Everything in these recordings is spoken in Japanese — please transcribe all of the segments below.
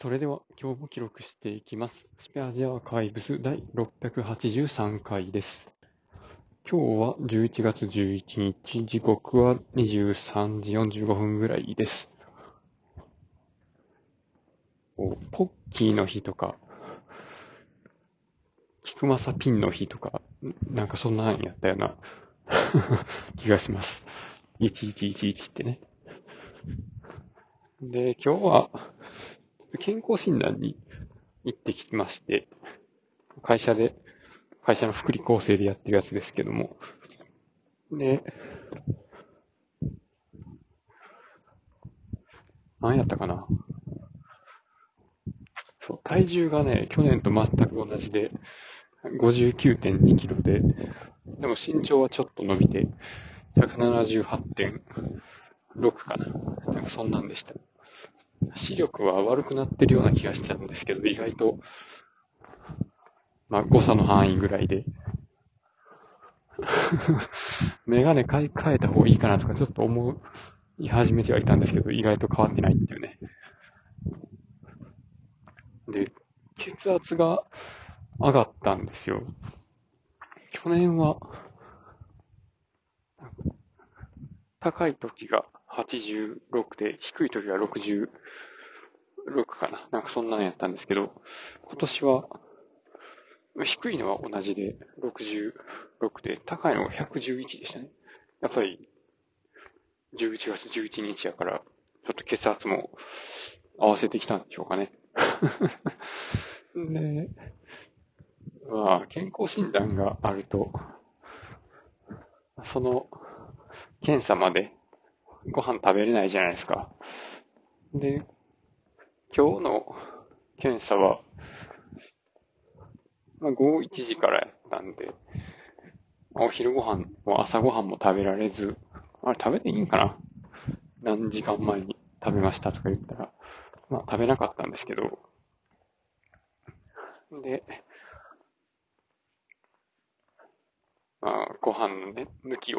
それでは今日も記録していきます。スペアジアーカイブス第683回です。今日は11月11日、時刻は23時45分ぐらいです。ポッキーの日とか、キクマサピンの日とか、なんかそんなのやったような気がします。1111ってね。で、今日は健康診断に行ってきまして、会社の福利厚生でやってるやつですけども、で、何やったかな。そう、体重がね、去年と全く同じで、59.2キロで、でも身長はちょっと伸びて、178.6かな。なんかそんなんでした。視力は悪くなってるような気がしたんですけど、意外と、誤差の範囲ぐらいで、メガネ買い替えた方がいいかなとかちょっと思い始めてはいたんですけど、意外と変わってないっていうね。で、血圧が上がったんですよ。去年は高い時が86で、低い時が66かな。なんかそんなのやったんですけど、今年は低いのは同じで66で、高いのが111でしたね。やっぱり11月11日やから、ちょっと血圧も合わせてきたんでしょうかね。で、健康診断があると、その検査までご飯食べれないじゃないですか。で、今日の検査は、午後1時からやったんで、お昼ご飯も朝ご飯も食べられず、あれ食べていいんかな、何時間前に食べましたとか言ったら、食べなかったんですけど、で、ご飯のね、抜きを、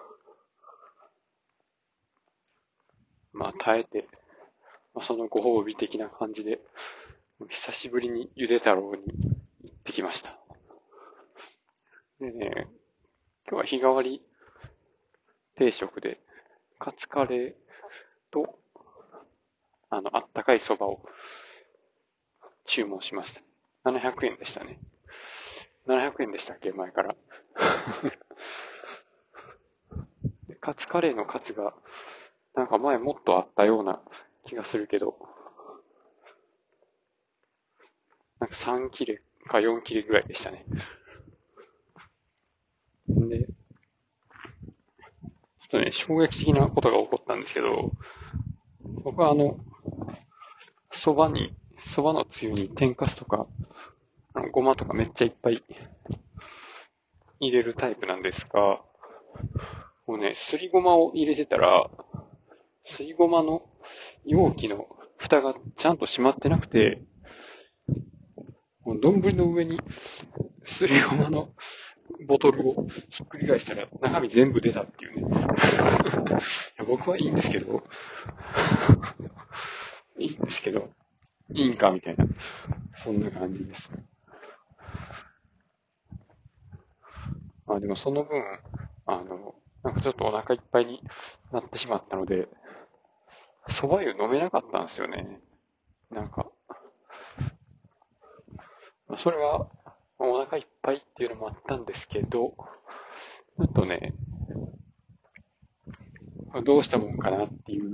耐えて、そのご褒美的な感じで、久しぶりにゆで太郎に行ってきました。でね、今日は日替わり定食で、カツカレーと、あったかいそばを注文しました。700円でしたね。700円でしたっけ、前から。カツカレーのカツが、なんか前もっとあったような気がするけど、なんか3切れか4切れぐらいでしたね。で、ちょっとね、衝撃的なことが起こったんですけど、僕は蕎麦のつゆに天かすとか、ごまとかめっちゃいっぱい入れるタイプなんですが、もうね、すりごまを入れてたら、すりごまの容器の蓋がちゃんと閉まってなくて、もう丼の上にすりごまのボトルをひっくり返したら中身全部出たっていうね。僕はいいんですけど、いいんですけど、いいんかみたいな、そんな感じです。でもその分、なんかちょっとお腹いっぱいになってしまったので、蕎麦湯飲めなかったんですよね。なんか、それはお腹いっぱいっていうのもあったんですけど、ちょっとね、どうしたもんかなっていう、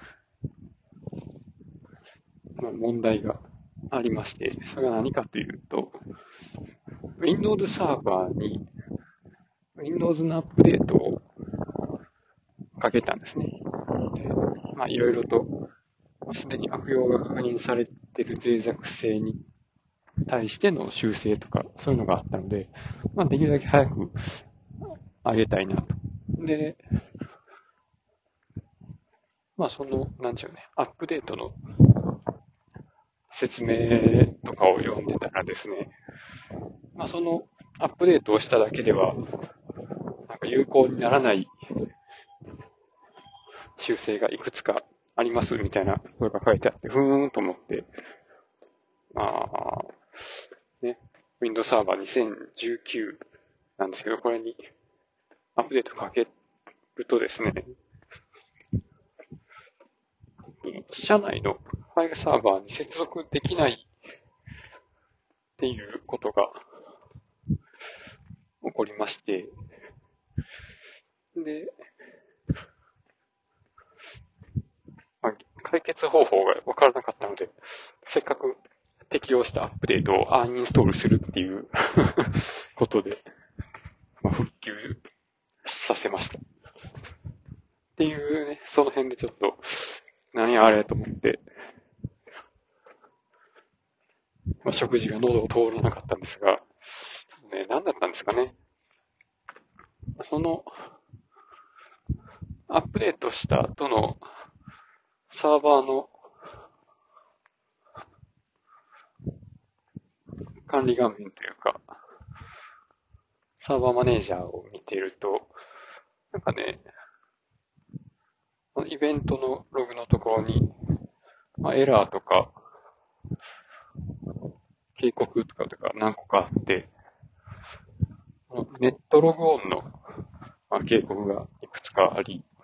問題がありまして、それが何かというと、Windows サーバーに Windows のアップデートをかけたんですね。で、いろいろと、すでに悪用が確認されている脆弱性に対しての修正とか、そういうのがあったので、できるだけ早く上げたいなと。で、なんでしょうね、アップデートの説明とかを読んでたらですね、そのアップデートをしただけでは、なんか有効にならない修正がいくつかありますみたいなことが書いてあって、ふーんと思って、 まあ、ね、Windows Server 2019なんですけど、これにアップデートかけるとですね、社内のファイルサーバーに接続できないっていうことが起こりまして、で、まあ、解決方法がわからなかったので、せっかく適用したアップデートをアンインストールするっていうことで、まあ、復旧させました。っていうね、その辺でちょっと、なんやあれと思って、まあ、食事が喉を通らなかったんですが、ね、何だったんですかね。その、アップデートした後のサーバーの管理画面というか、サーバーマネージャーを見ていると、なんかね、イベントのログのところに、まあ、エラーとか、警告とか何個かあって、ネットログオンの、まあ、警告がいくつかあり、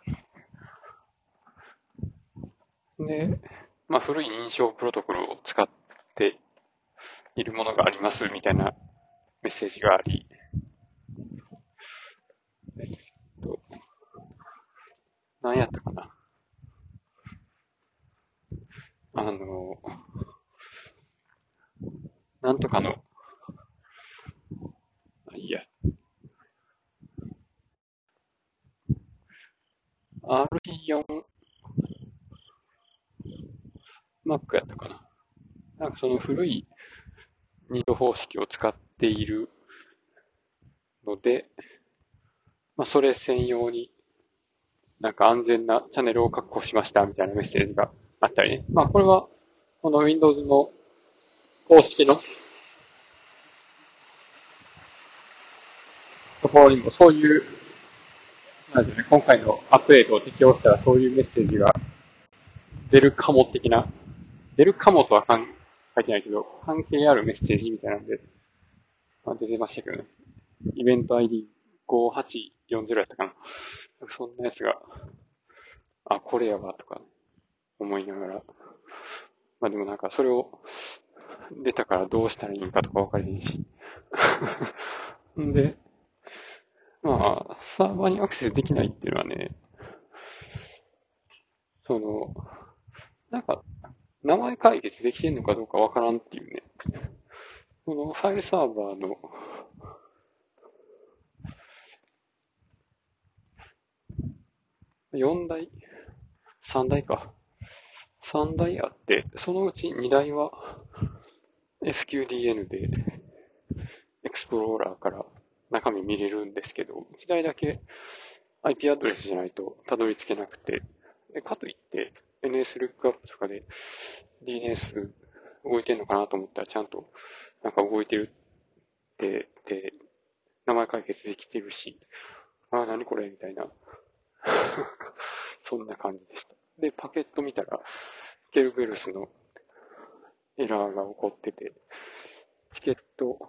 で、まあ、古い認証プロトコルを使っているものがありますみたいなメッセージがあり、何やったかな。あの、なんとかの、いいや、RT4 Mac やったかな。なんかその古い認証方式を使っているので、まあ、それ専用になんか安全なチャンネルを確保しましたみたいなメッセージがあったりね。まあこれは、この Windows の公式のところにもそういう、なんですね、今回のアップデートを適用したらそういうメッセージが出るかも的な、出るかもとは書いてないけど、関係あるメッセージみたいなんで、まあ、出てましたけどね。イベント ID5840 やったかな。そんなやつが、あ、これやわとか思いながら、まあでもなんかそれを出たからどうしたらいいんかとか分かりへんし。んで、まあ、サーバーにアクセスできないっていうのはね、その、なんか、名前解決できてんのかどうかわからんっていうね。このファイルサーバーの4台、3台か。3台あって、そのうち2台は FQDN でエクスプローラーから中身見れるんですけど、1台だけ IP アドレスじゃないとたどり着けなくて、かといって NS ルックアップとかで DNS 動いてんのかなと思ったらちゃんとなんか動いてるって、で、名前解決できてるし、ああ、何これみたいな。そんな感じでした。で、パケット見たら、ケルベルスのエラーが起こってて、チケット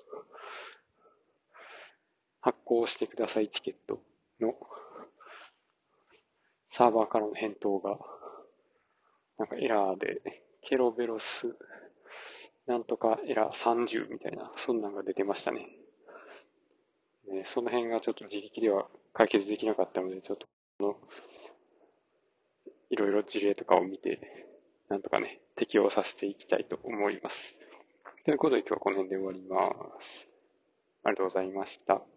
発行してくださいチケットのサーバーからの返答が、なんかエラーで、ケロベロスなんとかエラー30みたいな、そんなんが出てましたね。その辺がちょっと自力では解決できなかったので、ちょっといろいろ事例とかを見て、なんとかね、適用させていきたいと思います。ということで今日はこの辺で終わります。ありがとうございました。